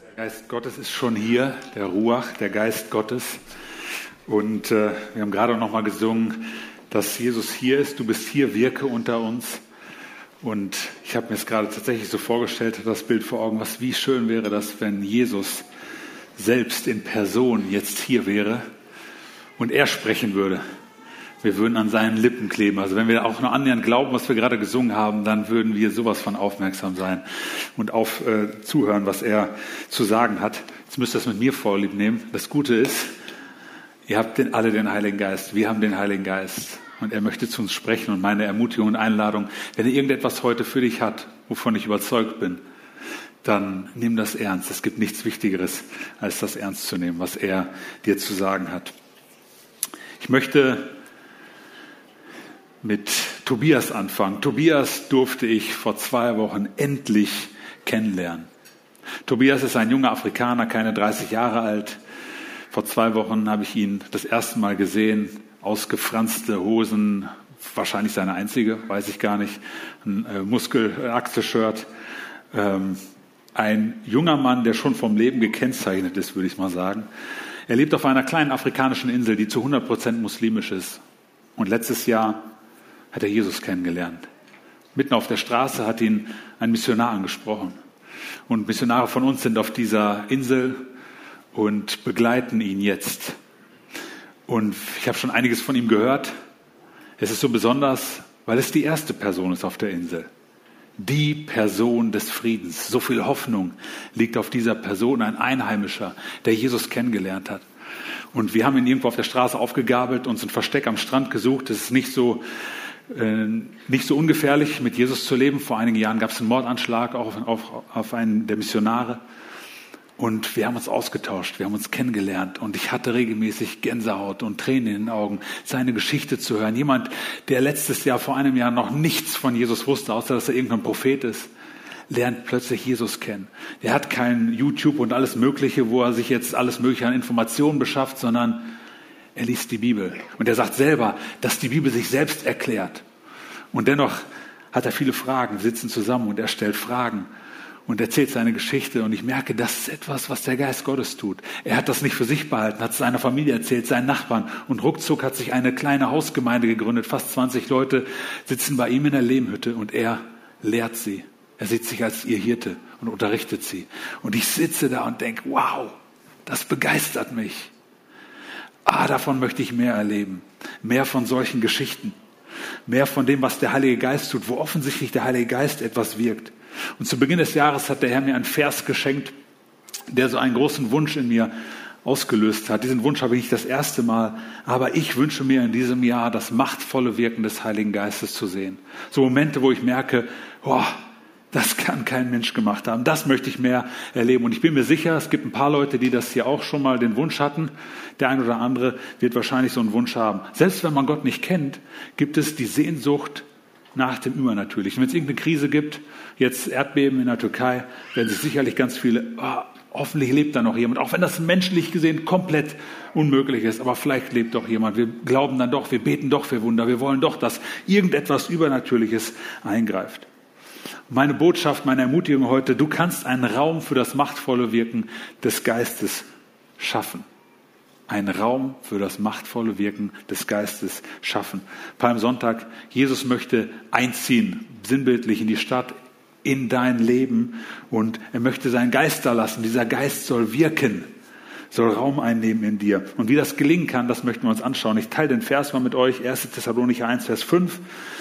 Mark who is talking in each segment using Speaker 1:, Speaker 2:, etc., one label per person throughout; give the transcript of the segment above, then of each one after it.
Speaker 1: Der Geist Gottes ist schon hier, der Ruach, der Geist Gottes. Und wir haben gerade auch noch mal gesungen, dass Jesus hier ist. Du bist hier, wirke unter uns. Und ich habe mir es gerade tatsächlich so vorgestellt, das Bild vor Augen, wie schön wäre das, wenn Jesus selbst in Person jetzt hier wäre und er sprechen würde. Wir würden an seinen Lippen kleben. Also wenn wir auch nur annähernd glauben, was wir gerade gesungen haben, dann würden wir sowas von aufmerksam sein und zuhören, was er zu sagen hat. Jetzt müsst ihr das mit mir vorlieb nehmen. Das Gute ist, ihr habt alle den Heiligen Geist. Wir haben den Heiligen Geist. Und er möchte zu uns sprechen. Und meine Ermutigung und Einladung, wenn er irgendetwas heute für dich hat, wovon ich überzeugt bin, dann nimm das ernst. Es gibt nichts Wichtigeres, als das ernst zu nehmen, was er dir zu sagen hat. Ich möchte mit Tobias anfangen. Tobias durfte ich vor 2 Wochen endlich kennenlernen. Tobias ist ein junger Afrikaner, keine 30 Jahre alt. Vor 2 Wochen habe ich ihn das erste Mal gesehen. Ausgefranste Hosen, wahrscheinlich seine einzige, weiß ich gar nicht. Ein Muskelachse-Shirt. Ein junger Mann, der schon vom Leben gekennzeichnet ist, würde ich mal sagen. Er lebt auf einer kleinen afrikanischen Insel, die zu 100% muslimisch ist. Und letztes Jahr hat er Jesus kennengelernt. Mitten auf der Straße hat ihn ein Missionar angesprochen. Und Missionare von uns sind auf dieser Insel und begleiten ihn jetzt. Und ich habe schon einiges von ihm gehört. Es ist so besonders, weil es die erste Person ist auf der Insel. Die Person des Friedens. So viel Hoffnung liegt auf dieser Person, ein Einheimischer, der Jesus kennengelernt hat. Und wir haben ihn irgendwo auf der Straße aufgegabelt, uns ein Versteck am Strand gesucht. Es ist nicht so ungefährlich, mit Jesus zu leben. Vor einigen Jahren gab es einen Mordanschlag auch auf einen der Missionare. Und wir haben uns ausgetauscht, wir haben uns kennengelernt. Und ich hatte regelmäßig Gänsehaut und Tränen in den Augen, seine Geschichte zu hören. Jemand, der letztes Jahr, vor einem Jahr noch nichts von Jesus wusste, außer dass er irgendein Prophet ist, lernt plötzlich Jesus kennen. Der hat kein YouTube und alles Mögliche, wo er sich jetzt alles Mögliche an Informationen beschafft, sondern er liest die Bibel. Und er sagt selber, dass die Bibel sich selbst erklärt. Und dennoch hat er viele Fragen. Wir sitzen zusammen und er stellt Fragen und erzählt seine Geschichte. Und ich merke, das ist etwas, was der Geist Gottes tut. Er hat das nicht für sich behalten, hat es seiner Familie erzählt, seinen Nachbarn. Und ruckzuck hat sich eine kleine Hausgemeinde gegründet. Fast 20 Leute sitzen bei ihm in der Lehmhütte und er lehrt sie. Er sieht sich als ihr Hirte und unterrichtet sie. Und ich sitze da und denke, wow, das begeistert mich. Davon möchte ich mehr erleben. Mehr von solchen Geschichten. Mehr von dem, was der Heilige Geist tut, wo offensichtlich der Heilige Geist etwas wirkt. Und zu Beginn des Jahres hat der Herr mir einen Vers geschenkt, der so einen großen Wunsch in mir ausgelöst hat. Diesen Wunsch habe ich nicht das erste Mal, aber ich wünsche mir in diesem Jahr das machtvolle Wirken des Heiligen Geistes zu sehen. So Momente, wo ich merke, das kann kein Mensch gemacht haben. Das möchte ich mehr erleben. Und ich bin mir sicher, es gibt ein paar Leute, die das hier auch schon mal den Wunsch hatten. Der ein oder andere wird wahrscheinlich so einen Wunsch haben. Selbst wenn man Gott nicht kennt, gibt es die Sehnsucht nach dem Übernatürlichen. Wenn es irgendeine Krise gibt, jetzt Erdbeben in der Türkei, werden sich sicherlich ganz viele, hoffentlich lebt da noch jemand. Auch wenn das menschlich gesehen komplett unmöglich ist, aber vielleicht lebt doch jemand. Wir glauben dann doch, wir beten doch für Wunder. Wir wollen doch, dass irgendetwas Übernatürliches eingreift. Meine Botschaft, meine Ermutigung heute, du kannst einen Raum für das machtvolle Wirken des Geistes schaffen. Einen Raum für das machtvolle Wirken des Geistes schaffen. Palmsonntag, Jesus möchte einziehen, sinnbildlich in die Stadt, in dein Leben und er möchte seinen Geist da lassen. Dieser Geist soll wirken, soll Raum einnehmen in dir. Und wie das gelingen kann, das möchten wir uns anschauen. Ich teile den Vers mal mit euch, 1. Thessalonicher 1, Vers 5.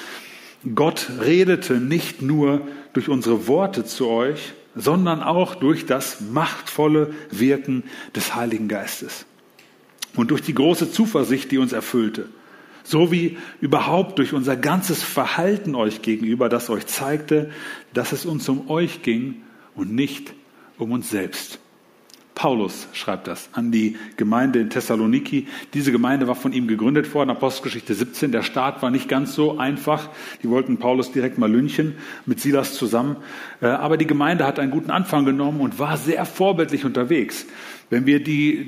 Speaker 1: Gott redete nicht nur durch unsere Worte zu euch, sondern auch durch das machtvolle Wirken des Heiligen Geistes. Und durch die große Zuversicht, die uns erfüllte, sowie überhaupt durch unser ganzes Verhalten euch gegenüber, das euch zeigte, dass es uns um euch ging und nicht um uns selbst. Paulus schreibt das an die Gemeinde in Thessaloniki. Diese Gemeinde war von ihm gegründet worden, Apostelgeschichte 17. Der Start war nicht ganz so einfach. Die wollten Paulus direkt mal lynchen, mit Silas zusammen. Aber die Gemeinde hat einen guten Anfang genommen und war sehr vorbildlich unterwegs. Wenn wir die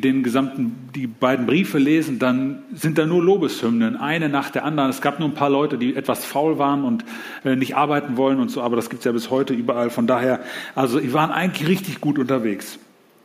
Speaker 1: beiden Briefe lesen, dann sind da nur Lobeshymnen, eine nach der anderen. Es gab nur ein paar Leute, die etwas faul waren und nicht arbeiten wollen und so, aber das gibt's ja bis heute überall. Von daher, also die waren eigentlich richtig gut unterwegs.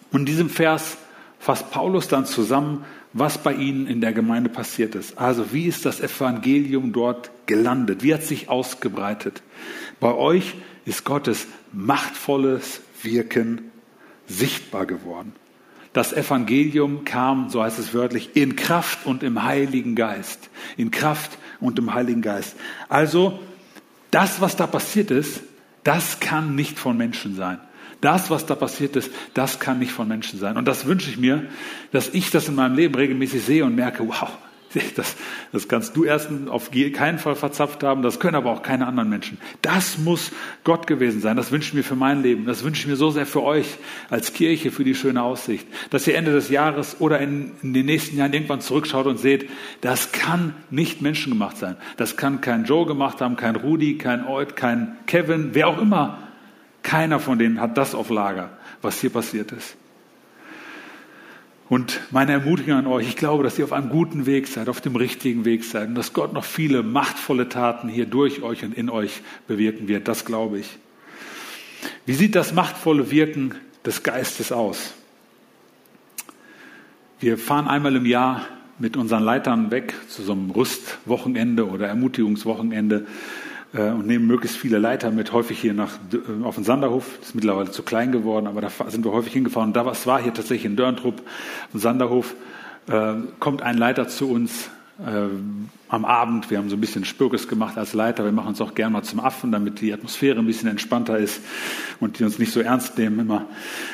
Speaker 1: Und in diesem Vers fasst Paulus dann zusammen, was bei ihnen in der Gemeinde passiert ist. Also wie ist das Evangelium dort gelandet? Wie hat es sich ausgebreitet? Bei euch ist Gottes machtvolles Wirken sichtbar geworden. Das Evangelium kam, so heißt es wörtlich, in Kraft und im Heiligen Geist. In Kraft und im Heiligen Geist. Also das, was da passiert ist, das kann nicht von Menschen sein. Das, was da passiert ist, das kann nicht von Menschen sein. Und das wünsche ich mir, dass ich das in meinem Leben regelmäßig sehe und merke, wow, das kannst du erstens auf keinen Fall verzapft haben, das können aber auch keine anderen Menschen. Das muss Gott gewesen sein. Das wünsche ich mir für mein Leben. Das wünsche ich mir so sehr für euch als Kirche, für die schöne Aussicht. Dass ihr Ende des Jahres oder in den nächsten Jahren irgendwann zurückschaut und seht, das kann nicht menschengemacht sein. Das kann kein Joe gemacht haben, kein Rudi, kein Oid, kein Kevin, wer auch immer. Keiner von denen hat das auf Lager, was hier passiert ist. Und meine Ermutigung an euch, ich glaube, dass ihr auf einem guten Weg seid, auf dem richtigen Weg seid und dass Gott noch viele machtvolle Taten hier durch euch und in euch bewirken wird. Das glaube ich. Wie sieht das machtvolle Wirken des Geistes aus? Wir fahren einmal im Jahr mit unseren Leitern weg zu so einem Rüstwochenende oder Ermutigungswochenende und nehmen möglichst viele Leiter mit, häufig hier auf den Sanderhof. Das ist mittlerweile zu klein geworden, aber da sind wir häufig hingefahren. Und das war hier tatsächlich in Dörntrup, auf dem Sanderhof, kommt ein Leiter zu uns am Abend. Wir haben so ein bisschen Spürkes gemacht als Leiter. Wir machen uns auch gerne mal zum Affen, damit die Atmosphäre ein bisschen entspannter ist und die uns nicht so ernst nehmen immer.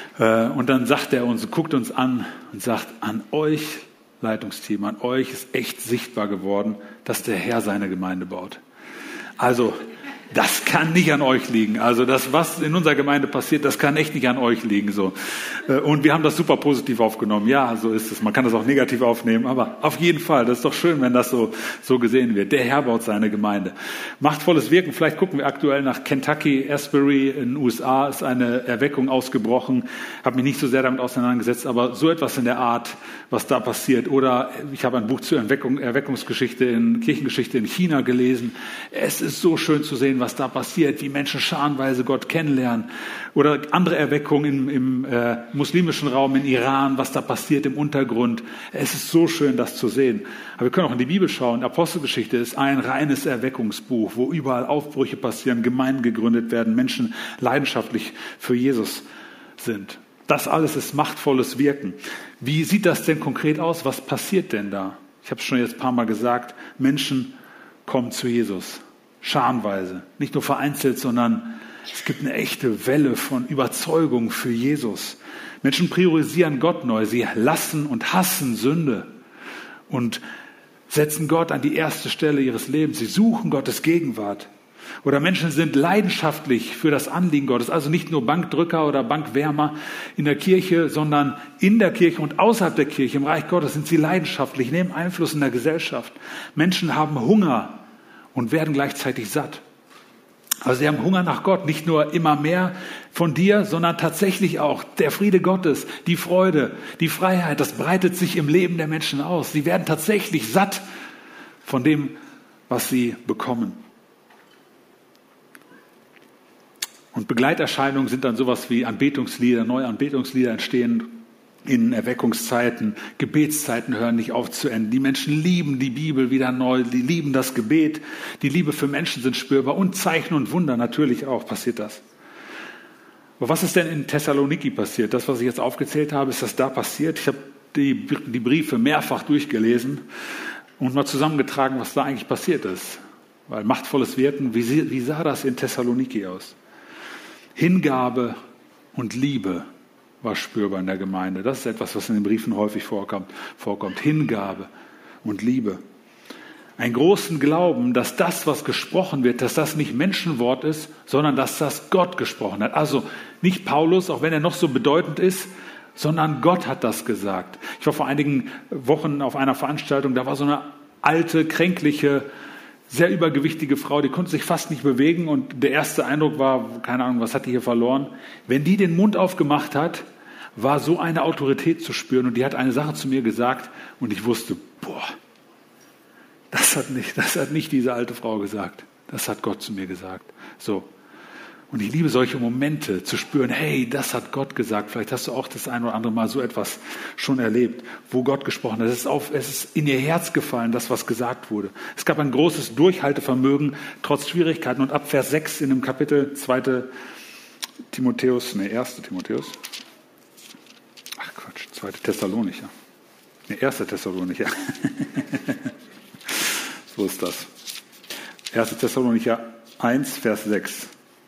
Speaker 1: Und dann sagt er uns, guckt uns an und sagt, an euch, Leitungsteam, an euch ist echt sichtbar geworden, dass der Herr seine Gemeinde baut. Also, das kann nicht an euch liegen. Also das, was in unserer Gemeinde passiert, das kann echt nicht an euch liegen. So. Und wir haben das super positiv aufgenommen. Ja, so ist es. Man kann das auch negativ aufnehmen, aber auf jeden Fall, das ist doch schön, wenn das so gesehen wird. Der Herr baut seine Gemeinde. Machtvolles Wirken. Vielleicht gucken wir aktuell nach Kentucky, Asbury in den USA ist eine Erweckung ausgebrochen. Habe mich nicht so sehr damit auseinandergesetzt, aber so etwas in der Art, was da passiert. Oder ich habe ein Buch zur Erweckungsgeschichte Kirchengeschichte in China gelesen. Es ist so schön zu sehen, was da passiert, wie Menschen scharenweise Gott kennenlernen. Oder andere Erweckungen im muslimischen Raum, in Iran, was da passiert im Untergrund. Es ist so schön, das zu sehen. Aber wir können auch in die Bibel schauen. Apostelgeschichte ist ein reines Erweckungsbuch, wo überall Aufbrüche passieren, Gemeinden gegründet werden, Menschen leidenschaftlich für Jesus sind. Das alles ist machtvolles Wirken. Wie sieht das denn konkret aus? Was passiert denn da? Ich habe es schon jetzt ein paar Mal gesagt, Menschen kommen zu Jesus. Scharenweise. Nicht nur vereinzelt, sondern es gibt eine echte Welle von Überzeugung für Jesus. Menschen priorisieren Gott neu. Sie lassen und hassen Sünde und setzen Gott an die erste Stelle ihres Lebens. Sie suchen Gottes Gegenwart. Oder Menschen sind leidenschaftlich für das Anliegen Gottes. Also nicht nur Bankdrücker oder Bankwärmer in der Kirche, sondern in der Kirche und außerhalb der Kirche, im Reich Gottes, sind sie leidenschaftlich, nehmen Einfluss in der Gesellschaft. Menschen haben Hunger und werden gleichzeitig satt. Also sie haben Hunger nach Gott, nicht nur immer mehr von dir, sondern tatsächlich auch der Friede Gottes, die Freude, die Freiheit, das breitet sich im Leben der Menschen aus. Sie werden tatsächlich satt von dem, was sie bekommen. Und Begleiterscheinungen sind dann sowas wie Anbetungslieder, neue Anbetungslieder entstehen in Erweckungszeiten, Gebetszeiten hören nicht auf zu enden. Die Menschen lieben die Bibel wieder neu, die lieben das Gebet, die Liebe für Menschen sind spürbar und Zeichen und Wunder natürlich auch passiert das. Aber was ist denn in Thessaloniki passiert? Das, was ich jetzt aufgezählt habe, ist das da passiert? Ich habe die Briefe mehrfach durchgelesen und mal zusammengetragen, was da eigentlich passiert ist. Weil machtvolles Wirken, wie sah das in Thessaloniki aus? Hingabe und Liebe war spürbar in der Gemeinde. Das ist etwas, was in den Briefen häufig vorkommt. Hingabe und Liebe. Einen großen Glauben, dass das, was gesprochen wird, dass das nicht Menschenwort ist, sondern dass das Gott gesprochen hat. Also nicht Paulus, auch wenn er noch so bedeutend ist, sondern Gott hat das gesagt. Ich war vor einigen Wochen auf einer Veranstaltung, da war so eine alte, kränkliche, sehr übergewichtige Frau, die konnte sich fast nicht bewegen und der erste Eindruck war, keine Ahnung, was hat die hier verloren? Wenn die den Mund aufgemacht hat, war so eine Autorität zu spüren und die hat eine Sache zu mir gesagt und ich wusste, das hat nicht diese alte Frau gesagt, das hat Gott zu mir gesagt. So. Und ich liebe solche Momente, zu spüren, hey, das hat Gott gesagt. Vielleicht hast du auch das ein oder andere Mal so etwas schon erlebt, wo Gott gesprochen hat. Es ist in ihr Herz gefallen, das, was gesagt wurde. Es gab ein großes Durchhaltevermögen, trotz Schwierigkeiten. Und ab Vers 6 in dem Kapitel 1. Timotheus. 2. Thessalonicher. 1. Thessalonicher. So ist das. 1. Thessalonicher 1, Vers 6.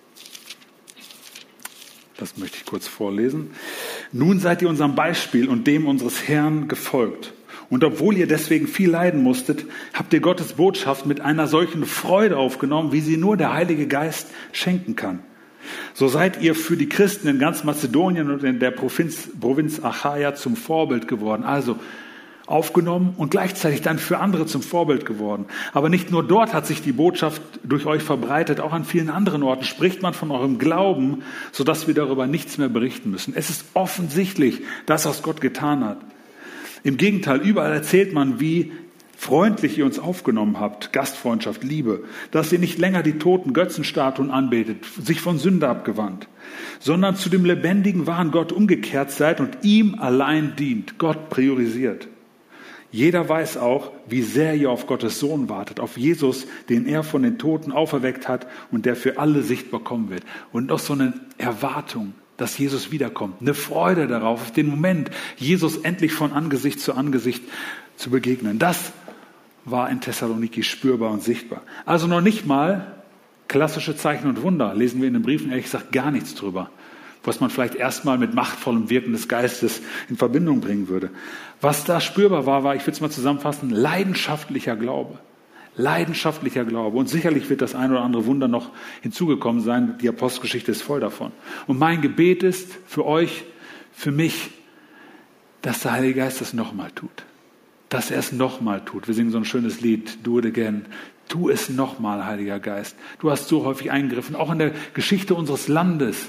Speaker 1: Das möchte ich kurz vorlesen. Nun seid ihr unserem Beispiel und dem unseres Herrn gefolgt. Und obwohl ihr deswegen viel leiden musstet, habt ihr Gottes Botschaft mit einer solchen Freude aufgenommen, wie sie nur der Heilige Geist schenken kann. So seid ihr für die Christen in ganz Mazedonien und in der Provinz Achaia zum Vorbild geworden. Also aufgenommen und gleichzeitig dann für andere zum Vorbild geworden. Aber nicht nur dort hat sich die Botschaft durch euch verbreitet, auch an vielen anderen Orten spricht man von eurem Glauben, sodass wir darüber nichts mehr berichten müssen. Es ist offensichtlich, das, was Gott getan hat. Im Gegenteil, überall erzählt man, wie freundlich ihr uns aufgenommen habt, Gastfreundschaft, Liebe, dass ihr nicht länger die toten Götzenstatuen anbetet, sich von Sünde abgewandt, sondern zu dem lebendigen, wahren Gott umgekehrt seid und ihm allein dient, Gott priorisiert. Jeder weiß auch, wie sehr ihr auf Gottes Sohn wartet, auf Jesus, den er von den Toten auferweckt hat und der für alle sichtbar kommen wird. Und noch so eine Erwartung, dass Jesus wiederkommt, eine Freude darauf, auf den Moment, Jesus endlich von Angesicht zu Angesicht zu begegnen. Das war in Thessaloniki spürbar und sichtbar. Also noch nicht mal klassische Zeichen und Wunder, lesen wir in den Briefen ehrlich gesagt gar nichts drüber, was man vielleicht erstmal mit machtvollem Wirken des Geistes in Verbindung bringen würde. Was da spürbar war, ich will es mal zusammenfassen, leidenschaftlicher Glaube. Leidenschaftlicher Glaube. Und sicherlich wird das ein oder andere Wunder noch hinzugekommen sein. Die Apostelgeschichte ist voll davon. Und mein Gebet ist für euch, für mich, dass der Heilige Geist das nochmal tut. Dass er es nochmal tut. Wir singen so ein schönes Lied, Do It Again. Tu es nochmal, Heiliger Geist. Du hast so häufig eingegriffen, auch in der Geschichte unseres Landes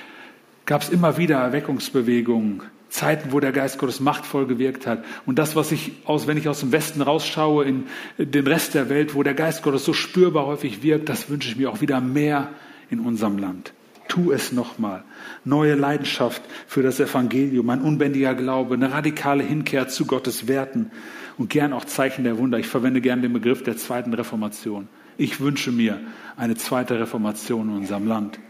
Speaker 1: gab es immer wieder Erweckungsbewegungen, Zeiten, wo der Geist Gottes machtvoll gewirkt hat. Und das, wenn ich aus dem Westen rausschaue in den Rest der Welt, wo der Geist Gottes so spürbar häufig wirkt, das wünsche ich mir auch wieder mehr in unserem Land. Tu es nochmal. Neue Leidenschaft für das Evangelium, ein unbändiger Glaube, eine radikale Hinkehr zu Gottes Werten und gern auch Zeichen der Wunder. Ich verwende gern den Begriff der zweiten Reformation. Ich wünsche mir eine zweite Reformation in unserem Land.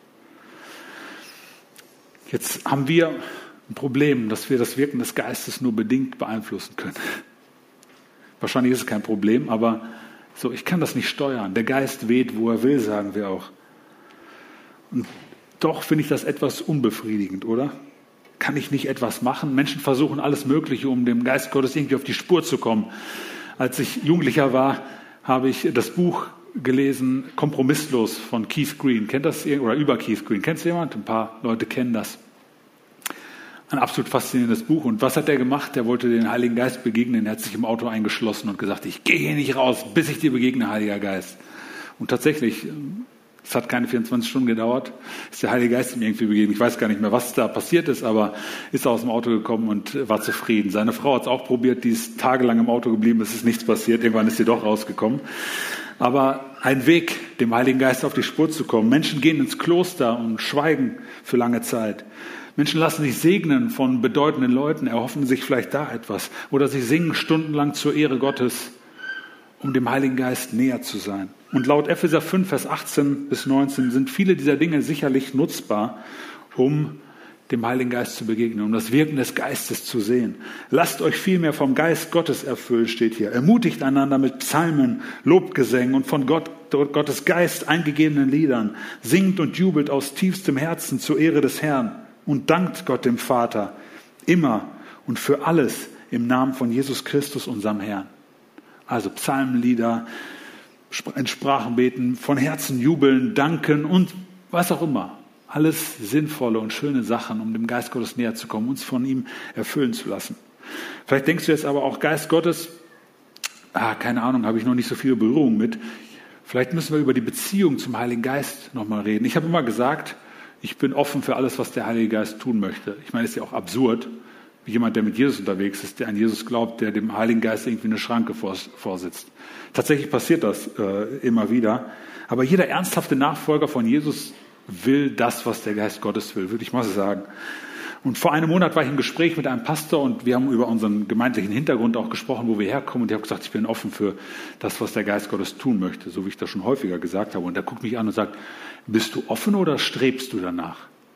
Speaker 1: Jetzt haben wir ein Problem, dass wir das Wirken des Geistes nur bedingt beeinflussen können. Wahrscheinlich ist es kein Problem, aber so, ich kann das nicht steuern. Der Geist weht, wo er will, sagen wir auch. Und doch finde ich das etwas unbefriedigend, oder? Kann ich nicht etwas machen? Menschen versuchen alles Mögliche, um dem Geist Gottes irgendwie auf die Spur zu kommen. Als ich Jugendlicher war, habe ich das Buch gelesen, Kompromisslos von Keith Green. Kennt das oder über Keith Green? Kennt es jemand? Ein paar Leute kennen das. Ein absolut faszinierendes Buch. Und was hat er gemacht? Er wollte den Heiligen Geist begegnen. Er hat sich im Auto eingeschlossen und gesagt, ich gehe hier nicht raus, bis ich dir begegne, Heiliger Geist. Und tatsächlich, es hat keine 24 Stunden gedauert, ist der Heilige Geist ihm irgendwie begegnet. Ich weiß gar nicht mehr, was da passiert ist, aber ist aus dem Auto gekommen und war zufrieden. Seine Frau hat es auch probiert, die ist tagelang im Auto geblieben, es ist nichts passiert. Irgendwann ist sie doch rausgekommen. Aber ein Weg, dem Heiligen Geist auf die Spur zu kommen. Menschen gehen ins Kloster und schweigen für lange Zeit. Menschen lassen sich segnen von bedeutenden Leuten, erhoffen sich vielleicht da etwas. Oder sie singen stundenlang zur Ehre Gottes, um dem Heiligen Geist näher zu sein. Und laut Epheser 5, Vers 18 bis 19 sind viele dieser Dinge sicherlich nutzbar, um dem Heiligen Geist zu begegnen, um das Wirken des Geistes zu sehen. Lasst euch vielmehr vom Geist Gottes erfüllen, steht hier. Ermutigt einander mit Psalmen, Lobgesängen und von Gottes Geist eingegebenen Liedern. Singt und jubelt aus tiefstem Herzen zur Ehre des Herrn und dankt Gott dem Vater immer und für alles im Namen von Jesus Christus, unserem Herrn. Also Psalmenlieder, in Sprachen beten, von Herzen jubeln, danken und was auch immer. Alles sinnvolle und schöne Sachen, um dem Geist Gottes näher zu kommen, uns von ihm erfüllen zu lassen. Vielleicht denkst du jetzt aber auch, Geist Gottes, keine Ahnung, habe ich noch nicht so viele Berührungen mit. Vielleicht müssen wir über die Beziehung zum Heiligen Geist nochmal reden. Ich habe immer gesagt, ich bin offen für alles, was der Heilige Geist tun möchte. Ich meine, es ist ja auch absurd, wie jemand, der mit Jesus unterwegs ist, der an Jesus glaubt, der dem Heiligen Geist irgendwie eine Schranke vorsitzt. Tatsächlich passiert das immer wieder. Aber jeder ernsthafte Nachfolger von Jesus will das, was der Geist Gottes will, würde ich mal so sagen. Und vor einem Monat war ich im Gespräch mit einem Pastor und wir haben über unseren gemeindlichen Hintergrund auch gesprochen, wo wir herkommen. Und ich habe gesagt, ich bin offen für das, was der Geist Gottes tun möchte, so wie ich das schon häufiger gesagt habe. Und er guckt mich an und sagt, bist du offen oder strebst du danach?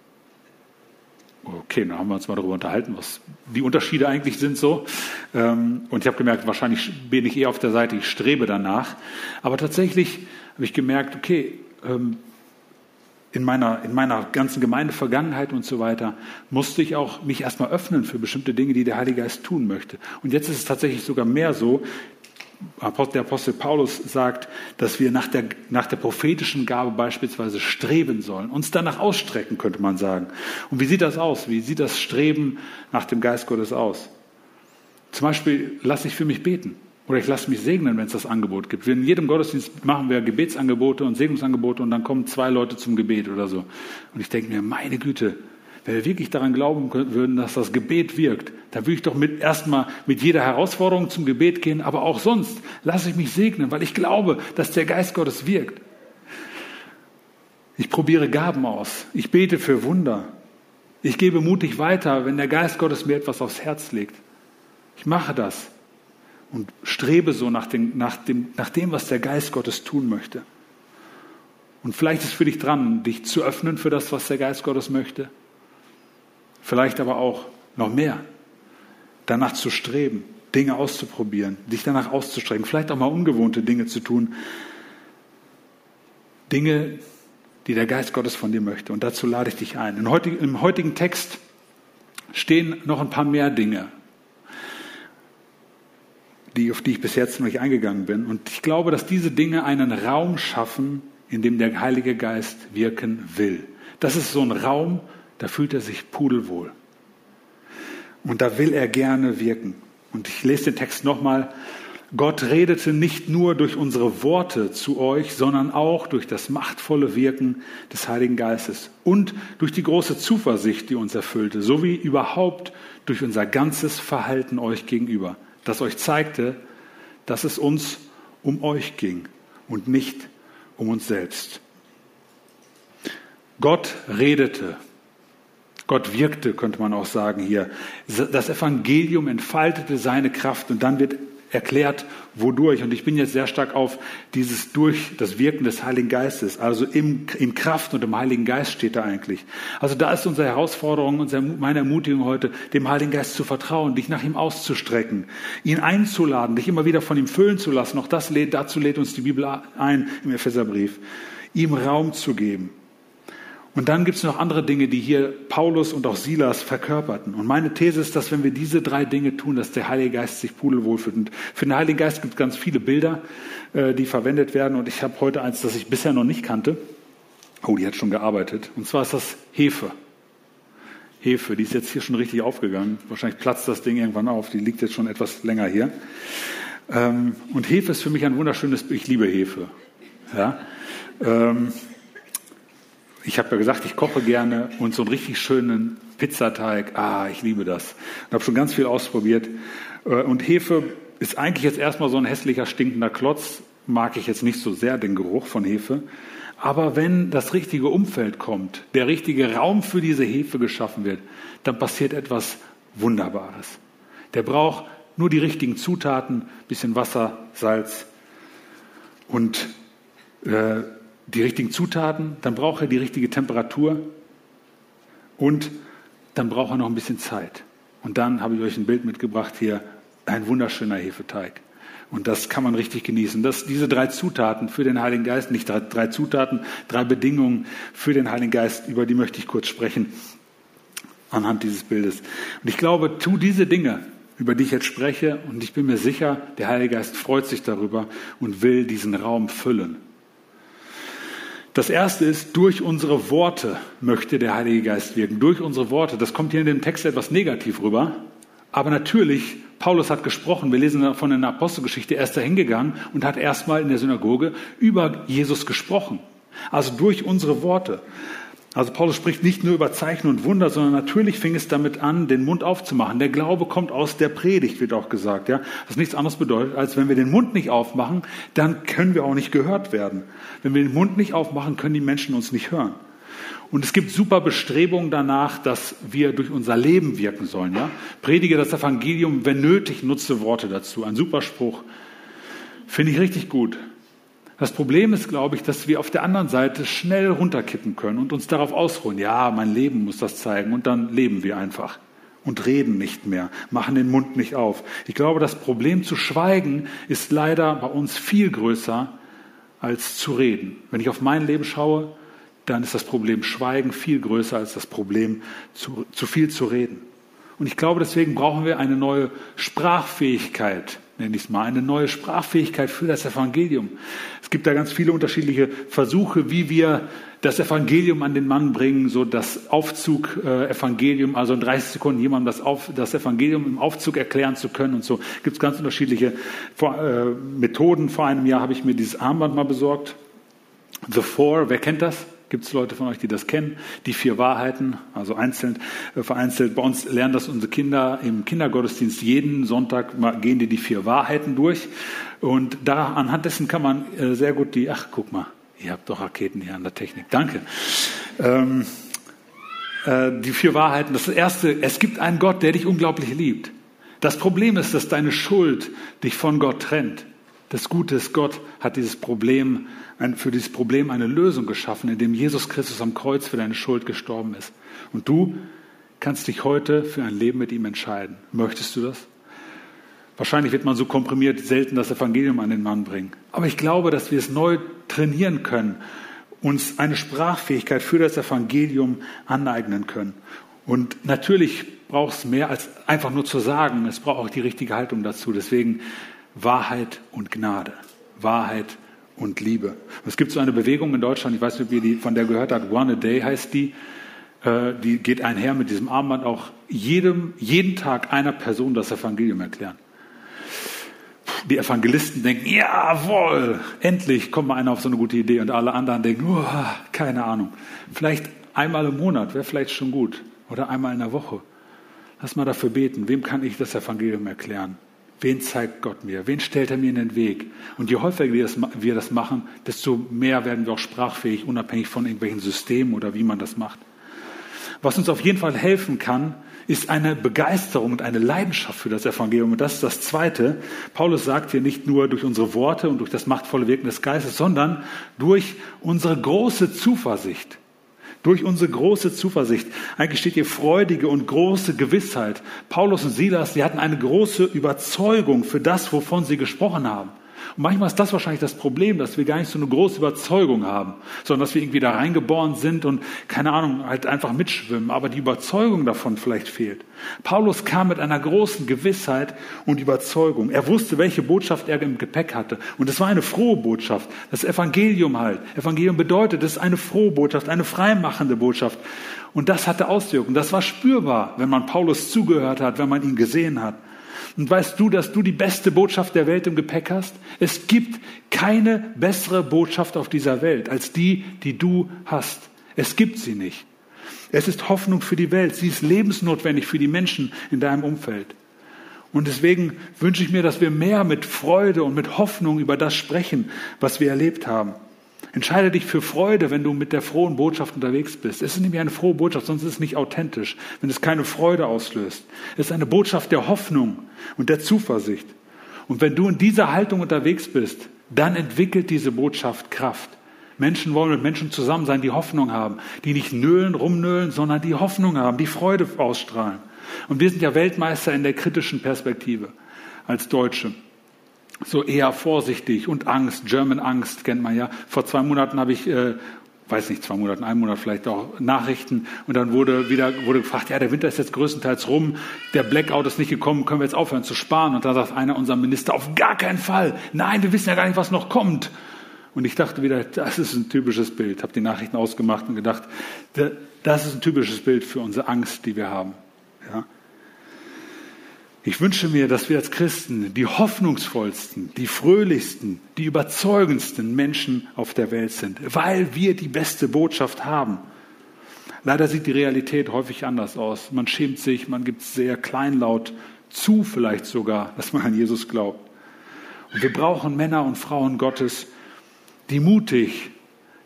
Speaker 1: Okay, dann haben wir uns mal darüber unterhalten, was die Unterschiede eigentlich sind so. Und ich habe gemerkt, wahrscheinlich bin ich eher auf der Seite, ich strebe danach. Aber tatsächlich habe ich gemerkt, okay, in meiner ganzen Gemeindevergangenheit und so weiter, musste ich auch mich erstmal öffnen für bestimmte Dinge, die der Heilige Geist tun möchte. Und jetzt ist es tatsächlich sogar mehr so, der Apostel Paulus sagt, dass wir nach der prophetischen Gabe beispielsweise streben sollen, uns danach ausstrecken, könnte man sagen. Und wie sieht das aus? Wie sieht das Streben nach dem Geist Gottes aus? Zum Beispiel lasse ich für mich beten. Oder ich lasse mich segnen, wenn es das Angebot gibt. In jedem Gottesdienst machen wir Gebetsangebote und Segnungsangebote und dann kommen 2 Leute zum Gebet oder so. Und ich denke mir, meine Güte, wenn wir wirklich daran glauben würden, dass das Gebet wirkt, dann würde ich doch erstmal mit jeder Herausforderung zum Gebet gehen, aber auch sonst lasse ich mich segnen, weil ich glaube, dass der Geist Gottes wirkt. Ich probiere Gaben aus. Ich bete für Wunder. Ich gebe mutig weiter, wenn der Geist Gottes mir etwas aufs Herz legt. Ich mache das. Und strebe so nach dem, was der Geist Gottes tun möchte. Und vielleicht ist für dich dran, dich zu öffnen für das, was der Geist Gottes möchte. Vielleicht aber auch noch mehr. Danach zu streben, Dinge auszuprobieren, dich danach auszustrecken. Vielleicht auch mal ungewohnte Dinge zu tun. Dinge, die der Geist Gottes von dir möchte. Und dazu lade ich dich ein. Im heutigen Text stehen noch ein paar mehr Dinge, auf die ich bis jetzt noch nicht eingegangen bin. Und ich glaube, dass diese Dinge einen Raum schaffen, in dem der Heilige Geist wirken will. Das ist so ein Raum, da fühlt er sich pudelwohl. Und da will er gerne wirken. Und ich lese den Text nochmal. Gott redete nicht nur durch unsere Worte zu euch, sondern auch durch das machtvolle Wirken des Heiligen Geistes und durch die große Zuversicht, die uns erfüllte, sowie überhaupt durch unser ganzes Verhalten euch gegenüber, das euch zeigte, dass es uns um euch ging und nicht um uns selbst. Gott redete, Gott wirkte, könnte man auch sagen hier. Das Evangelium entfaltete seine Kraft und dann wird erklärt, wodurch. Und ich bin jetzt sehr stark auf dieses durch das Wirken des Heiligen Geistes, also in Kraft und im Heiligen Geist steht da eigentlich. Also da ist unsere Herausforderung, meine Ermutigung heute, dem Heiligen Geist zu vertrauen, dich nach ihm auszustrecken, ihn einzuladen, dich immer wieder von ihm füllen zu lassen. Auch dazu lädt uns die Bibel ein im Epheserbrief, ihm Raum zu geben. Und dann gibt es noch andere Dinge, die hier Paulus und auch Silas verkörperten. Und meine These ist, dass wenn wir diese 3 Dinge tun, dass der Heilige Geist sich pudelwohl fühlt. Und für den Heiligen Geist gibt es ganz viele Bilder, die verwendet werden. Und ich habe heute eins, das ich bisher noch nicht kannte. Oh, die hat schon gearbeitet. Und zwar ist das Hefe. Hefe, die ist jetzt hier schon richtig aufgegangen. Wahrscheinlich platzt das Ding irgendwann auf. Die liegt jetzt schon etwas länger hier. Und Hefe ist für mich ein wunderschönes Bild. Ich liebe Hefe. Ja. Ich habe ja gesagt, ich koche gerne und so einen richtig schönen Pizzateig, ich liebe das. Und habe schon ganz viel ausprobiert. Und Hefe ist eigentlich jetzt erstmal so ein hässlicher, stinkender Klotz. Mag ich jetzt nicht so sehr, den Geruch von Hefe. Aber wenn das richtige Umfeld kommt, der richtige Raum für diese Hefe geschaffen wird, dann passiert etwas Wunderbares. Der braucht nur die richtigen Zutaten, bisschen Wasser, Salz und die richtigen Zutaten, dann braucht er die richtige Temperatur und dann braucht er noch ein bisschen Zeit. Und dann habe ich euch ein Bild mitgebracht hier, ein wunderschöner Hefeteig. Und das kann man richtig genießen. Diese 3 Zutaten für den Heiligen Geist, nicht 3 Zutaten, 3 Bedingungen für den Heiligen Geist, über die möchte ich kurz sprechen anhand dieses Bildes. Und ich glaube, tu diese Dinge, über die ich jetzt spreche, und ich bin mir sicher, der Heilige Geist freut sich darüber und will diesen Raum füllen. Das erste ist, durch unsere Worte möchte der Heilige Geist wirken. Durch unsere Worte. Das kommt hier in dem Text etwas negativ rüber. Aber natürlich, Paulus hat gesprochen. Wir lesen davon in der Apostelgeschichte. Er ist da hingegangen und hat erstmal in der Synagoge über Jesus gesprochen. Also durch unsere Worte. Also Paulus spricht nicht nur über Zeichen und Wunder, sondern natürlich fing es damit an, den Mund aufzumachen. Der Glaube kommt aus der Predigt, wird auch gesagt. Ja? Was nichts anderes bedeutet, als wenn wir den Mund nicht aufmachen, dann können wir auch nicht gehört werden. Wenn wir den Mund nicht aufmachen, können die Menschen uns nicht hören. Und es gibt super Bestrebungen danach, dass wir durch unser Leben wirken sollen. Ja? Predige das Evangelium, wenn nötig, nutze Worte dazu. Ein super Spruch. Finde ich richtig gut. Das Problem ist, glaube ich, dass wir auf der anderen Seite schnell runterkippen können und uns darauf ausruhen. Ja, mein Leben muss das zeigen. Und dann leben wir einfach und reden nicht mehr, machen den Mund nicht auf. Ich glaube, das Problem zu schweigen ist leider bei uns viel größer als zu reden. Wenn ich auf mein Leben schaue, dann ist das Problem Schweigen viel größer als das Problem zu viel zu reden. Und ich glaube, deswegen brauchen wir eine neue Sprachfähigkeit, nenne ich es mal, eine neue Sprachfähigkeit für das Evangelium. Es gibt da ganz viele unterschiedliche Versuche, wie wir das Evangelium an den Mann bringen, so das Aufzug-Evangelium, also in 30 Sekunden jemandem das Evangelium im Aufzug erklären zu können und so. Gibt es ganz unterschiedliche Methoden. Vor einem Jahr habe ich mir dieses Armband mal besorgt. The Four, wer kennt das? Gibt es Leute von euch, die das kennen? Die 4 Wahrheiten, also einzeln, vereinzelt. Bei uns lernen das unsere Kinder im Kindergottesdienst. Jeden Sonntag gehen die 4 Wahrheiten durch. Und da anhand dessen kann man sehr gut guck mal, ihr habt doch Raketen hier an der Technik. Danke. Die 4 Wahrheiten. Das Erste, es gibt einen Gott, der dich unglaublich liebt. Das Problem ist, dass deine Schuld dich von Gott trennt. Das Gute ist, Gott hat für dieses Problem eine Lösung geschaffen, indem Jesus Christus am Kreuz für deine Schuld gestorben ist. Und du kannst dich heute für ein Leben mit ihm entscheiden. Möchtest du das? Wahrscheinlich wird man so komprimiert selten das Evangelium an den Mann bringen. Aber ich glaube, dass wir es neu trainieren können, uns eine Sprachfähigkeit für das Evangelium aneignen können. Und natürlich braucht es mehr als einfach nur zu sagen. Es braucht auch die richtige Haltung dazu. Deswegen Wahrheit und Gnade. Wahrheit und Liebe. Und es gibt so eine Bewegung in Deutschland, ich weiß nicht, ob ihr von der gehört habt, One a Day heißt die. Die geht einher mit diesem Armband auch jeden Tag einer Person das Evangelium erklären. Die Evangelisten denken, jawohl, endlich kommt mal einer auf so eine gute Idee und alle anderen denken, keine Ahnung. Vielleicht einmal im Monat wäre vielleicht schon gut oder einmal in der Woche. Lass mal dafür beten, wem kann ich das Evangelium erklären? Wen zeigt Gott mir? Wen stellt er mir in den Weg? Und je häufiger wir das machen, desto mehr werden wir auch sprachfähig, unabhängig von irgendwelchen Systemen oder wie man das macht. Was uns auf jeden Fall helfen kann, ist eine Begeisterung und eine Leidenschaft für das Evangelium. Und das ist das Zweite. Paulus sagt hier nicht nur durch unsere Worte und durch das machtvolle Wirken des Geistes, sondern durch unsere große Zuversicht. Durch unsere große Zuversicht. Eigentlich steht hier freudige und große Gewissheit. Paulus und Silas, die hatten eine große Überzeugung für das, wovon sie gesprochen haben. Und manchmal ist das wahrscheinlich das Problem, dass wir gar nicht so eine große Überzeugung haben, sondern dass wir irgendwie da reingeboren sind und, keine Ahnung, halt einfach mitschwimmen, aber die Überzeugung davon vielleicht fehlt. Paulus kam mit einer großen Gewissheit und Überzeugung. Er wusste, welche Botschaft er im Gepäck hatte. Und es war eine frohe Botschaft. Das Evangelium halt. Evangelium bedeutet, es ist eine frohe Botschaft, eine freimachende Botschaft. Und das hatte Auswirkungen. Das war spürbar, wenn man Paulus zugehört hat, wenn man ihn gesehen hat. Und weißt du, dass du die beste Botschaft der Welt im Gepäck hast? Es gibt keine bessere Botschaft auf dieser Welt als die, die du hast. Es gibt sie nicht. Es ist Hoffnung für die Welt. Sie ist lebensnotwendig für die Menschen in deinem Umfeld. Und deswegen wünsche ich mir, dass wir mehr mit Freude und mit Hoffnung über das sprechen, was wir erlebt haben. Entscheide dich für Freude, wenn du mit der frohen Botschaft unterwegs bist. Es ist nämlich eine frohe Botschaft, sonst ist es nicht authentisch, wenn es keine Freude auslöst. Es ist eine Botschaft der Hoffnung und der Zuversicht. Und wenn du in dieser Haltung unterwegs bist, dann entwickelt diese Botschaft Kraft. Menschen wollen mit Menschen zusammen sein, die Hoffnung haben, die nicht nölen, rumnölen, sondern die Hoffnung haben, die Freude ausstrahlen. Und wir sind ja Weltmeister in der kritischen Perspektive als Deutsche. So eher vorsichtig und Angst, German Angst kennt man ja. Vor 2 Monaten habe ich, 1 Monat vielleicht auch, Nachrichten und dann wurde gefragt, ja, der Winter ist jetzt größtenteils rum, der Blackout ist nicht gekommen, können wir jetzt aufhören zu sparen? Und da sagt einer unserer Minister, auf gar keinen Fall, nein, wir wissen ja gar nicht, was noch kommt. Und ich dachte wieder, das ist ein typisches Bild, habe die Nachrichten ausgemacht und gedacht, das ist ein typisches Bild für unsere Angst, die wir haben. Ja. Ich wünsche mir, dass wir als Christen die hoffnungsvollsten, die fröhlichsten, die überzeugendsten Menschen auf der Welt sind, weil wir die beste Botschaft haben. Leider sieht die Realität häufig anders aus. Man schämt sich, man gibt sehr kleinlaut zu, vielleicht sogar, dass man an Jesus glaubt. Und wir brauchen Männer und Frauen Gottes, die mutig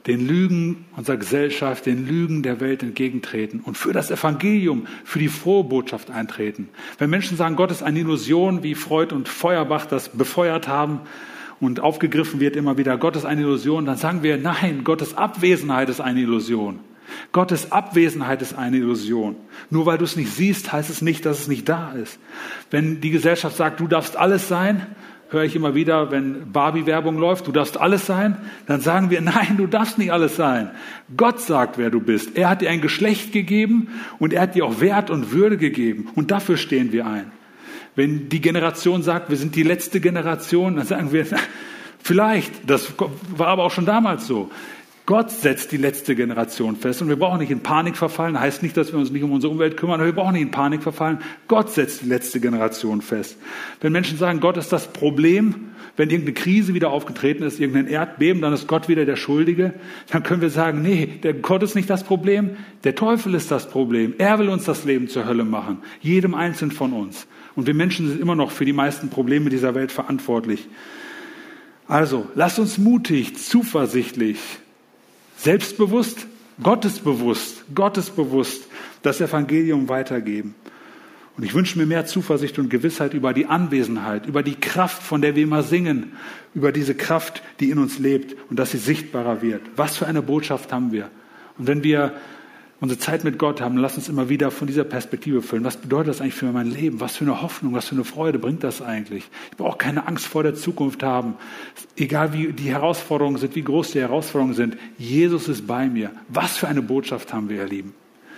Speaker 1: den Lügen unserer Gesellschaft, den Lügen der Welt entgegentreten und für das Evangelium, für die frohe Botschaft eintreten. Wenn Menschen sagen, Gott ist eine Illusion, wie Freud und Feuerbach das befeuert haben und aufgegriffen wird immer wieder, Gott ist eine Illusion, dann sagen wir, nein, Gottes Abwesenheit ist eine Illusion. Gottes Abwesenheit ist eine Illusion. Nur weil du es nicht siehst, heißt es nicht, dass es nicht da ist. Wenn die Gesellschaft sagt, du darfst alles sein, höre ich immer wieder, wenn Barbie-Werbung läuft, du darfst alles sein, dann sagen wir, nein, du darfst nicht alles sein. Gott sagt, wer du bist. Er hat dir ein Geschlecht gegeben und er hat dir auch Wert und Würde gegeben. Und dafür stehen wir ein. Wenn die Generation sagt, wir sind die letzte Generation, dann sagen wir, vielleicht, das war aber auch schon damals so. Gott setzt die letzte Generation fest und wir brauchen nicht in Panik verfallen. Das heißt nicht, dass wir uns nicht um unsere Umwelt kümmern, aber wir brauchen nicht in Panik verfallen. Gott setzt die letzte Generation fest. Wenn Menschen sagen, Gott ist das Problem, wenn irgendeine Krise wieder aufgetreten ist, irgendein Erdbeben, dann ist Gott wieder der Schuldige, dann können wir sagen, nee, der Gott ist nicht das Problem, der Teufel ist das Problem. Er will uns das Leben zur Hölle machen, jedem Einzelnen von uns. Und wir Menschen sind immer noch für die meisten Probleme dieser Welt verantwortlich. Also, lasst uns mutig, zuversichtlich, selbstbewusst, gottesbewusst das Evangelium weitergeben. Und ich wünsche mir mehr Zuversicht und Gewissheit über die Anwesenheit, über die Kraft, von der wir immer singen, über diese Kraft, die in uns lebt und dass sie sichtbarer wird. Was für eine Botschaft haben wir? Und wenn wir unsere Zeit mit Gott haben, lass uns immer wieder von dieser Perspektive füllen. Was bedeutet das eigentlich für mein Leben? Was für eine Hoffnung, was für eine Freude bringt das eigentlich? Ich brauche keine Angst vor der Zukunft haben. Egal wie die Herausforderungen sind, wie groß die Herausforderungen sind. Jesus ist bei mir. Was für eine Botschaft haben wir, ihr Lieben?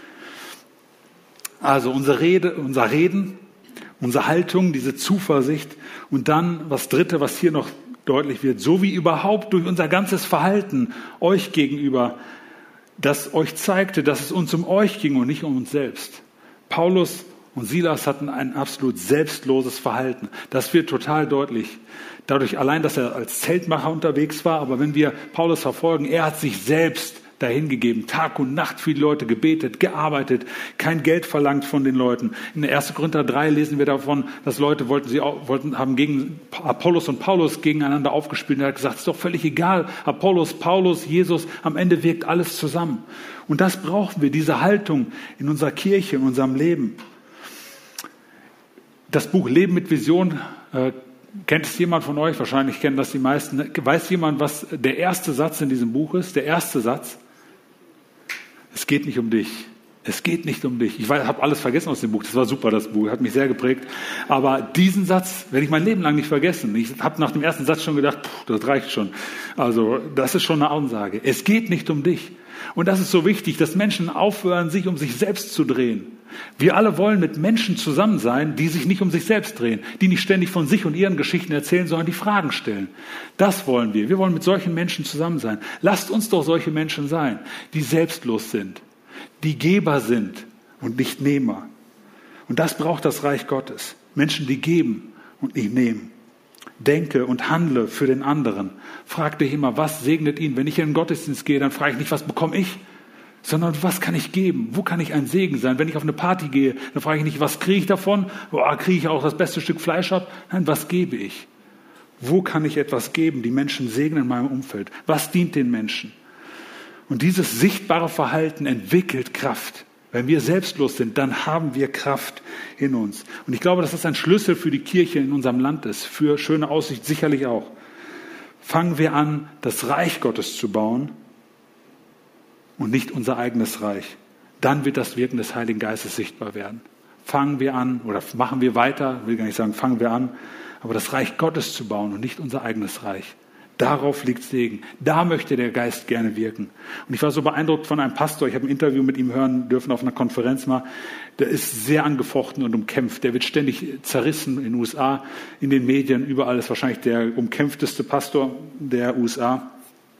Speaker 1: Also unser Reden, unsere Haltung, diese Zuversicht und dann das Dritte, was hier noch deutlich wird, so wie überhaupt durch unser ganzes Verhalten euch gegenüber, das euch zeigte, dass es uns um euch ging und nicht um uns selbst. Paulus und Silas hatten ein absolut selbstloses Verhalten. Das wird total deutlich. Dadurch allein, dass er als Zeltmacher unterwegs war, aber wenn wir Paulus verfolgen, er hat sich selbst dahingegeben, Tag und Nacht für die Leute gebetet, gearbeitet, kein Geld verlangt von den Leuten. In 1. Korinther 3 lesen wir davon, dass Leute haben gegen Apollos und Paulus gegeneinander aufgespielt. Und er hat gesagt, es ist doch völlig egal, Apollos, Paulus, Jesus, am Ende wirkt alles zusammen. Und das brauchen wir, diese Haltung in unserer Kirche, in unserem Leben. Das Buch Leben mit Vision, kennt es jemand von euch? Wahrscheinlich kennen das die meisten. Weiß jemand, was der erste Satz in diesem Buch ist? Der erste Satz? Es geht nicht um dich. Es geht nicht um dich. Ich habe alles vergessen aus dem Buch. Das war super, das Buch. Hat mich sehr geprägt. Aber diesen Satz werde ich mein Leben lang nicht vergessen. Ich habe nach dem ersten Satz schon gedacht, das reicht schon. Also das ist schon eine Ansage. Es geht nicht um dich. Und das ist so wichtig, dass Menschen aufhören, sich um sich selbst zu drehen. Wir alle wollen mit Menschen zusammen sein, die sich nicht um sich selbst drehen, die nicht ständig von sich und ihren Geschichten erzählen, sondern die Fragen stellen. Das wollen wir. Wir wollen mit solchen Menschen zusammen sein. Lasst uns doch solche Menschen sein, die selbstlos sind, die Geber sind und nicht Nehmer. Und das braucht das Reich Gottes. Menschen, die geben und nicht nehmen. Denke und handle für den anderen. Frag dich immer, was segnet ihn? Wenn ich in den Gottesdienst gehe, dann frage ich nicht, was bekomme ich? Sondern was kann ich geben? Wo kann ich ein Segen sein? Wenn ich auf eine Party gehe, dann frage ich nicht, was kriege ich davon? Kriege ich auch das beste Stück Fleisch ab? Nein, was gebe ich? Wo kann ich etwas geben? Die Menschen segnen in meinem Umfeld. Was dient den Menschen? Und dieses sichtbare Verhalten entwickelt Kraft. Wenn wir selbstlos sind, dann haben wir Kraft in uns. Und ich glaube, dass das ein Schlüssel für die Kirche in unserem Land ist. Für schöne Aussicht sicherlich auch. Fangen wir an, das Reich Gottes zu bauen und nicht unser eigenes Reich. Dann wird das Wirken des Heiligen Geistes sichtbar werden. Fangen wir an oder machen wir weiter, will gar nicht sagen, fangen wir an, aber das Reich Gottes zu bauen und nicht unser eigenes Reich. Darauf liegt Segen. Da möchte der Geist gerne wirken. Und ich war so beeindruckt von einem Pastor, ich habe ein Interview mit ihm hören dürfen auf einer Konferenz mal, der ist sehr angefochten und umkämpft. Der wird ständig zerrissen in den USA, in den Medien, überall ist wahrscheinlich der umkämpfteste Pastor der USA.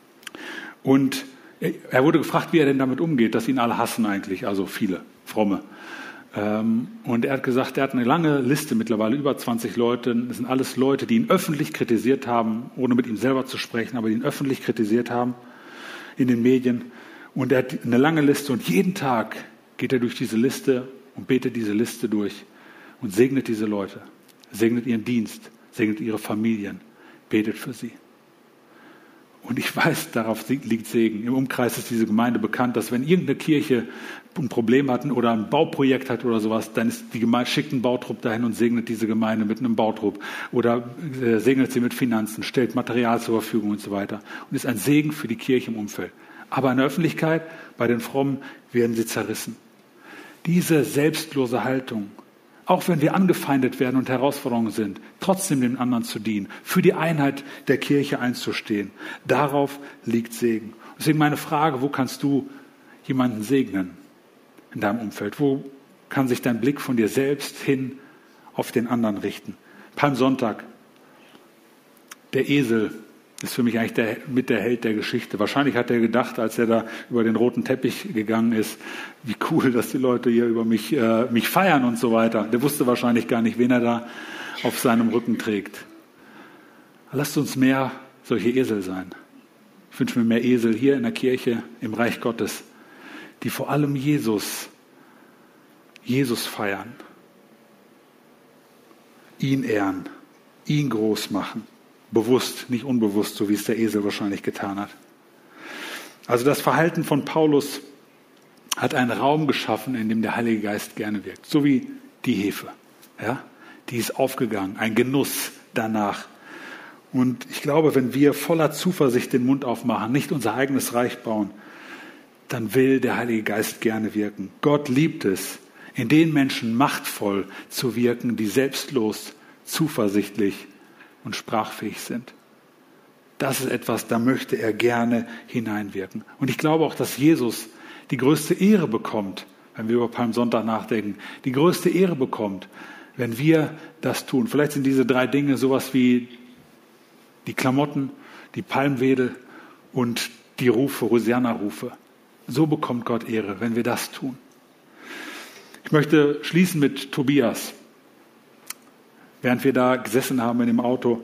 Speaker 1: Und er wurde gefragt, wie er denn damit umgeht, dass ihn alle hassen eigentlich, also viele Fromme. Und er hat gesagt, er hat eine lange Liste mittlerweile, über 20 Leute. Das sind alles Leute, die ihn öffentlich kritisiert haben, ohne mit ihm selber zu sprechen, aber die ihn öffentlich kritisiert haben in den Medien. Und er hat eine lange Liste und jeden Tag geht er durch diese Liste und betet diese Liste durch und segnet diese Leute, segnet ihren Dienst, segnet ihre Familien, betet für sie. Und ich weiß, darauf liegt Segen. Im Umkreis ist diese Gemeinde bekannt, dass wenn irgendeine Kirche ein Problem hat oder ein Bauprojekt hat oder sowas, dann ist die Gemeinde, schickt einen Bautrupp dahin und segnet diese Gemeinde mit einem Bautrupp oder segnet sie mit Finanzen, stellt Material zur Verfügung und so weiter. Und ist ein Segen für die Kirche im Umfeld. Aber in der Öffentlichkeit, bei den Frommen, werden sie zerrissen. Diese selbstlose Haltung, auch wenn wir angefeindet werden und Herausforderungen sind, trotzdem den anderen zu dienen, für die Einheit der Kirche einzustehen, darauf liegt Segen. Deswegen meine Frage, wo kannst du jemanden segnen in deinem Umfeld? Wo kann sich dein Blick von dir selbst hin auf den anderen richten? Palmsonntag, der Esel ist für mich eigentlich der Held der Geschichte. Wahrscheinlich hat er gedacht, als er da über den roten Teppich gegangen ist, wie cool, dass die Leute hier über mich feiern und so weiter. Der wusste wahrscheinlich gar nicht, wen er da auf seinem Rücken trägt. Lasst uns mehr solche Esel sein. Ich wünsche mir mehr Esel hier in der Kirche, im Reich Gottes, die vor allem Jesus feiern, ihn ehren, ihn groß machen. Bewusst, nicht unbewusst, so wie es der Esel wahrscheinlich getan hat. Also das Verhalten von Paulus hat einen Raum geschaffen, in dem der Heilige Geist gerne wirkt. So wie die Hefe. Ja? Die ist aufgegangen, ein Genuss danach. Und ich glaube, wenn wir voller Zuversicht den Mund aufmachen, nicht unser eigenes Reich bauen, dann will der Heilige Geist gerne wirken. Gott liebt es, in den Menschen machtvoll zu wirken, die selbstlos, zuversichtlich und sprachfähig sind. Das ist etwas, da möchte er gerne hineinwirken. Und ich glaube auch, dass Jesus die größte Ehre bekommt, wenn wir über Palmsonntag nachdenken, die größte Ehre bekommt, wenn wir das tun. Vielleicht sind diese 3 Dinge sowas wie die Klamotten, die Palmwedel und die Rufe, Hosianna-Rufe. So bekommt Gott Ehre, wenn wir das tun. Ich möchte schließen mit Tobias. Während wir da gesessen haben in dem Auto,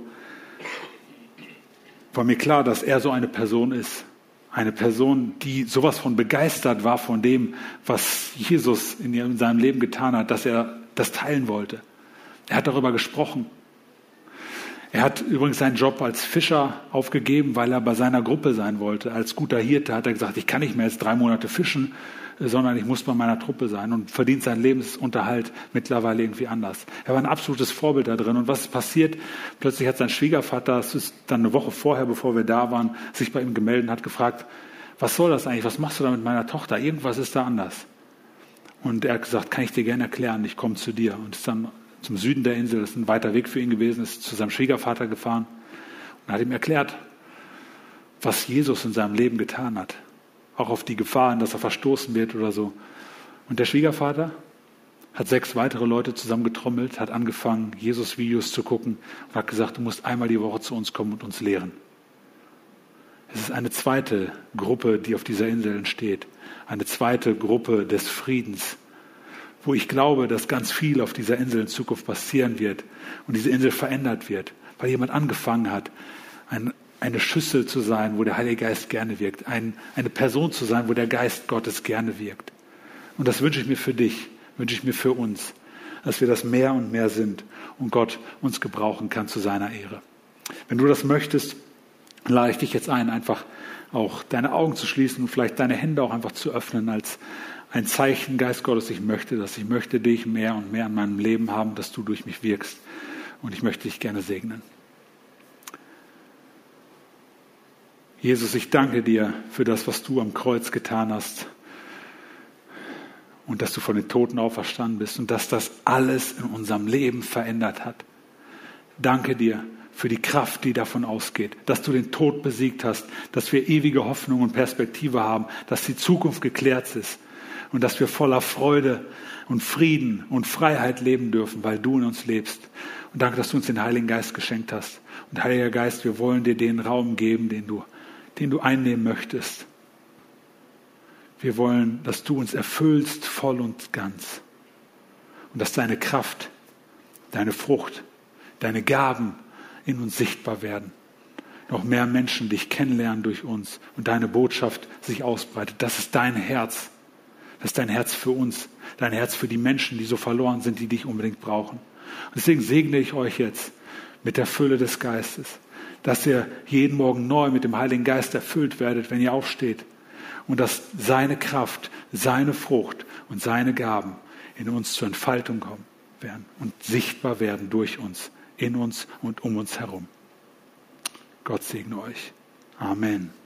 Speaker 1: war mir klar, dass er so eine Person ist. Eine Person, die sowas von begeistert war von dem, was Jesus in seinem Leben getan hat, dass er das teilen wollte. Er hat darüber gesprochen. Er hat übrigens seinen Job als Fischer aufgegeben, weil er bei seiner Gruppe sein wollte. Als guter Hirte hat er gesagt, ich kann nicht mehr jetzt 3 Monate fischen, sondern ich muss bei meiner Truppe sein und verdient seinen Lebensunterhalt mittlerweile irgendwie anders. Er war ein absolutes Vorbild da drin. Und was ist passiert? Plötzlich hat sein Schwiegervater, das ist dann eine Woche vorher, bevor wir da waren, sich bei ihm gemeldet und hat gefragt, was soll das eigentlich? Was machst du da mit meiner Tochter? Irgendwas ist da anders. Und er hat gesagt, kann ich dir gerne erklären, ich komme zu dir. Und ist dann zum Süden der Insel, das ist ein weiter Weg für ihn gewesen, ist zu seinem Schwiegervater gefahren und hat ihm erklärt, was Jesus in seinem Leben getan hat. Auch auf die Gefahren, dass er verstoßen wird oder so. Und der Schwiegervater hat 6 weitere Leute zusammengetrommelt, hat angefangen, Jesus-Videos zu gucken und hat gesagt, du musst einmal die Woche zu uns kommen und uns lehren. Es ist eine zweite Gruppe, die auf dieser Insel entsteht. Eine zweite Gruppe des Friedens, wo ich glaube, dass ganz viel auf dieser Insel in Zukunft passieren wird und diese Insel verändert wird, weil jemand angefangen hat, eine Schüssel zu sein, wo der Heilige Geist gerne wirkt, eine Person zu sein, wo der Geist Gottes gerne wirkt. Und das wünsche ich mir für dich, wünsche ich mir für uns, dass wir das mehr und mehr sind und Gott uns gebrauchen kann zu seiner Ehre. Wenn du das möchtest, lade ich dich jetzt ein, einfach auch deine Augen zu schließen und vielleicht deine Hände auch einfach zu öffnen als ein Zeichen, Geist Gottes, ich möchte dich mehr und mehr in meinem Leben haben, dass du durch mich wirkst und ich möchte dich gerne segnen. Jesus, ich danke dir für das, was du am Kreuz getan hast und dass du von den Toten auferstanden bist und dass das alles in unserem Leben verändert hat. Danke dir für die Kraft, die davon ausgeht, dass du den Tod besiegt hast, dass wir ewige Hoffnung und Perspektive haben, dass die Zukunft geklärt ist und dass wir voller Freude und Frieden und Freiheit leben dürfen, weil du in uns lebst. Und danke, dass du uns den Heiligen Geist geschenkt hast. Und Heiliger Geist, wir wollen dir den Raum geben, den du einnehmen möchtest. Wir wollen, dass du uns erfüllst voll und ganz. Und dass deine Kraft, deine Frucht, deine Gaben in uns sichtbar werden. Noch mehr Menschen dich kennenlernen durch uns und deine Botschaft sich ausbreitet. Das ist dein Herz. Das ist dein Herz für uns. Dein Herz für die Menschen, die so verloren sind, die dich unbedingt brauchen. Und deswegen segne ich euch jetzt mit der Fülle des Geistes, dass ihr jeden Morgen neu mit dem Heiligen Geist erfüllt werdet, wenn ihr aufsteht. Und dass seine Kraft, seine Frucht und seine Gaben in uns zur Entfaltung kommen werden und sichtbar werden durch uns, in uns und um uns herum. Gott segne euch. Amen.